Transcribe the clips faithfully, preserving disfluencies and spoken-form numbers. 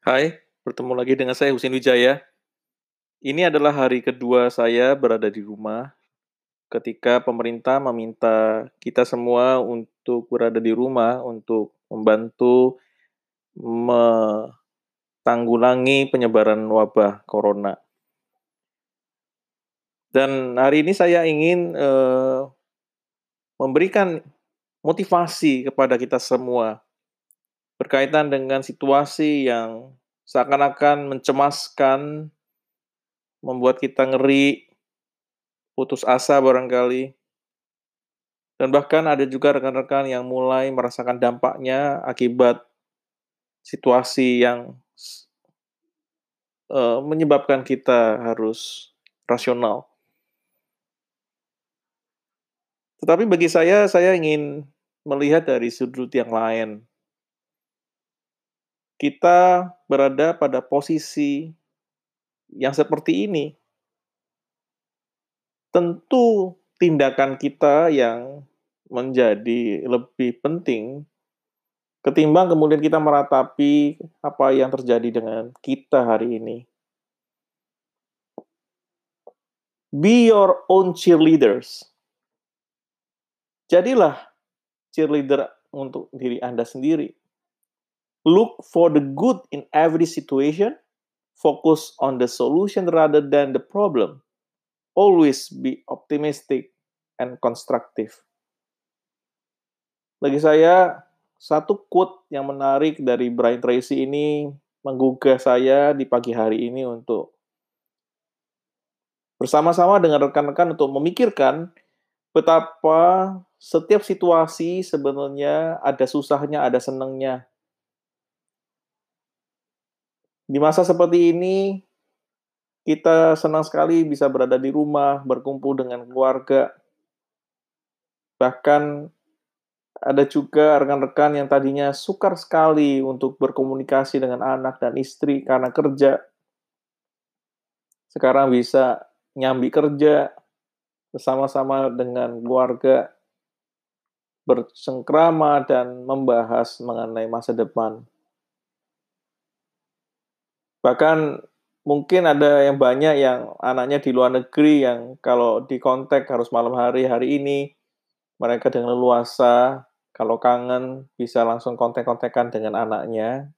Hai, bertemu lagi dengan saya Husin Wijaya. Ini adalah hari kedua saya berada di rumah ketika pemerintah meminta kita semua untuk berada di rumah untuk membantu metanggulangi penyebaran wabah corona. Dan hari ini saya ingin, eee, memberikan motivasi kepada kita semua berkaitan dengan situasi yang seakan-akan mencemaskan, membuat kita ngeri, putus asa barangkali, dan bahkan ada juga rekan-rekan yang mulai merasakan dampaknya akibat situasi yang s eee, menyebabkan kita harus rasional. Tetapi bagi saya, saya ingin melihat dari sudut yang lain. Kita berada pada posisi yang seperti ini, tentu tindakan kita yang menjadi lebih penting ketimbang kemudian kita meratapi apa yang terjadi dengan kita hari ini. Be your own cheerleaders. Jadilah cheerleader untuk diri Anda sendiri. Look for the good in every situation. Focus on the solution rather than the problem. Always be optimistic and constructive. Bagi saya, satu quote yang menarik dari Brian Tracy ini menggugah saya di pagi hari ini untuk bersama-sama dengan rekan-rekan untuk memikirkan betapa setiap situasi sebenarnya ada susahnya, ada senangnya. Di masa seperti ini, kita senang sekali bisa berada di rumah, berkumpul dengan keluarga. Bahkan ada juga rekan-rekan yang tadinya sukar sekali untuk berkomunikasi dengan anak dan istri karena kerja. Sekarang bisa nyambi kerja bersama-sama dengan keluarga, bersengkrama dan membahas mengenai masa depan. Bahkan mungkin ada yang banyak yang anaknya di luar negeri yang kalau dikontak harus malam hari, hari ini mereka dengan leluasa, kalau kangen bisa langsung kontak-kontakan dengan anaknya.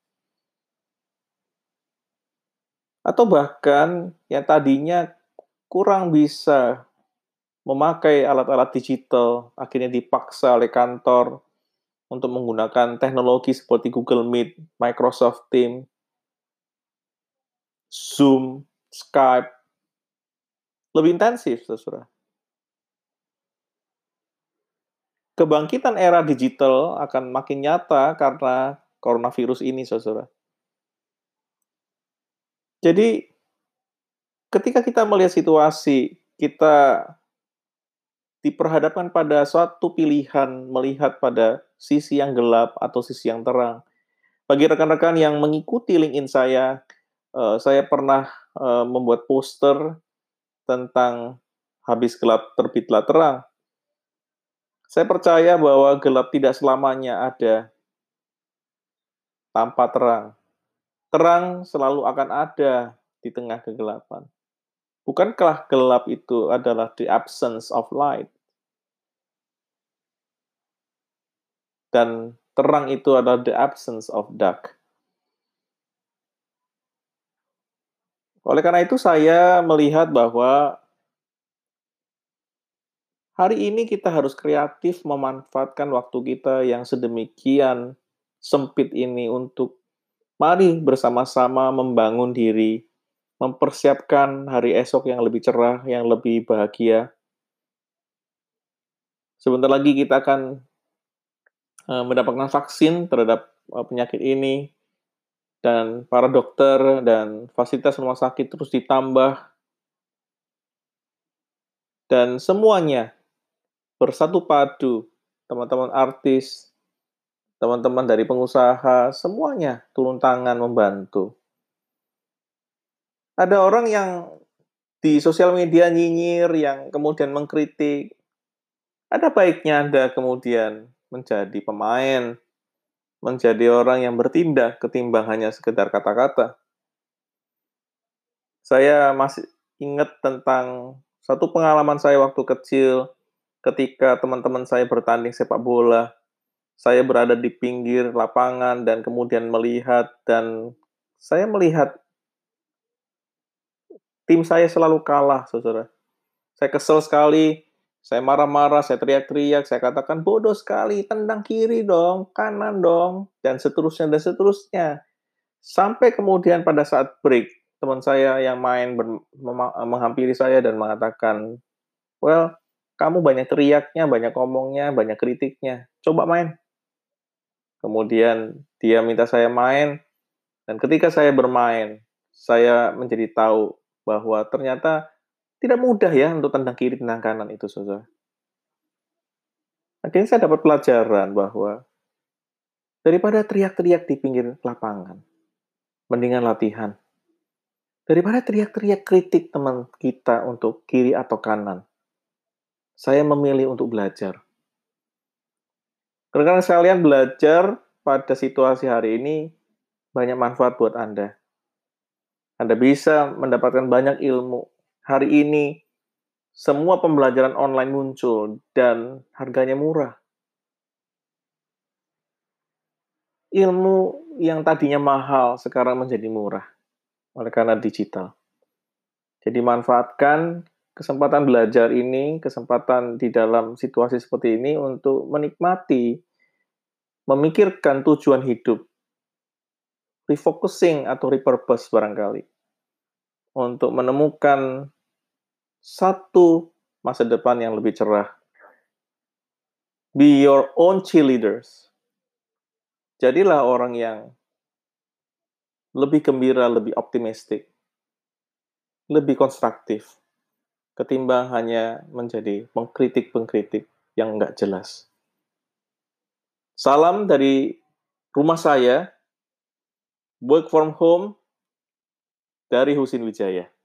Atau bahkan yang tadinya kurang bisa memakai alat-alat digital, akhirnya dipaksa oleh kantor untuk menggunakan teknologi seperti Google Meet, Microsoft Teams, Zoom, Skype, lebih intensif, saudara. Kebangkitan era digital akan makin nyata karena coronavirus ini, saudara. Jadi, ketika kita melihat situasi, kita diperhadapkan pada suatu pilihan melihat pada sisi yang gelap atau sisi yang terang. Bagi rekan-rekan yang mengikuti LinkedIn saya, eee, saya pernah, eee, membuat poster tentang habis gelap terbitlah terang. Saya percaya bahwa gelap tidak selamanya ada tanpa terang. Terang selalu akan ada di tengah kegelapan. Bukankah gelap itu adalah the absence of light? Dan terang itu adalah the absence of dark. Oleh karena itu saya melihat bahwa hari ini kita harus kreatif memanfaatkan waktu kita yang sedemikian sempit ini untuk mari bersama-sama membangun diri, mempersiapkan hari esok yang lebih cerah, yang lebih bahagia. Sebentar lagi kita akan uh, mendapatkan vaksin terhadap uh, penyakit ini, dan para dokter dan fasilitas rumah sakit terus ditambah, dan semuanya bersatu padu, teman-teman artis, teman-teman dari pengusaha, semuanya turun tangan membantu. Ada orang yang di sosial media nyinyir, yang kemudian mengkritik. Ada baiknya Anda kemudian menjadi pemain, menjadi orang yang bertindak ketimbang hanya sekedar kata-kata. Saya masih ingat tentang satu pengalaman saya waktu kecil, ketika teman-teman saya bertanding sepak bola. Saya berada di pinggir lapangan dan kemudian melihat dan saya melihat tim saya selalu kalah, Saudara. Saya kesel sekali, saya marah-marah, saya teriak-teriak, saya katakan, "Bodoh sekali, tendang kiri dong, kanan dong," dan seterusnya dan seterusnya. Sampai kemudian pada saat break, teman saya yang main ber mema menghampiri saya dan mengatakan, "Well, kamu banyak teriaknya, banyak ngomongnya, banyak kritiknya, coba main." Kemudian dia minta saya main, dan ketika saya bermain, saya menjadi tahu bahwa ternyata tidak mudah ya untuk tendang kiri, tendang kanan itu, Saudara. Akhirnya saya dapat pelajaran bahwa daripada teriak-teriak di pinggir lapangan, mendingan latihan. Daripada teriak-teriak kritik teman kita untuk kiri atau kanan, saya memilih untuk belajar. Rekan sekalian, belajar pada situasi hari ini banyak manfaat buat Anda. Anda bisa mendapatkan banyak ilmu. Hari ini, semua pembelajaran online muncul dan harganya murah. Ilmu yang tadinya mahal sekarang menjadi murah oleh karena digital. Jadi manfaatkan kesempatan belajar ini, kesempatan di dalam situasi seperti ini untuk menikmati, memikirkan tujuan hidup, refocusing atau repurpose barangkali, untuk menemukan satu masa depan yang lebih cerah. Be your own cheerleaders. Jadilah orang yang lebih gembira, lebih optimistik, lebih konstruktif, ketimbang hanya menjadi pengkritik-pengkritik yang nggak jelas. Salam dari rumah saya, work from home, dari Husin Wijaya.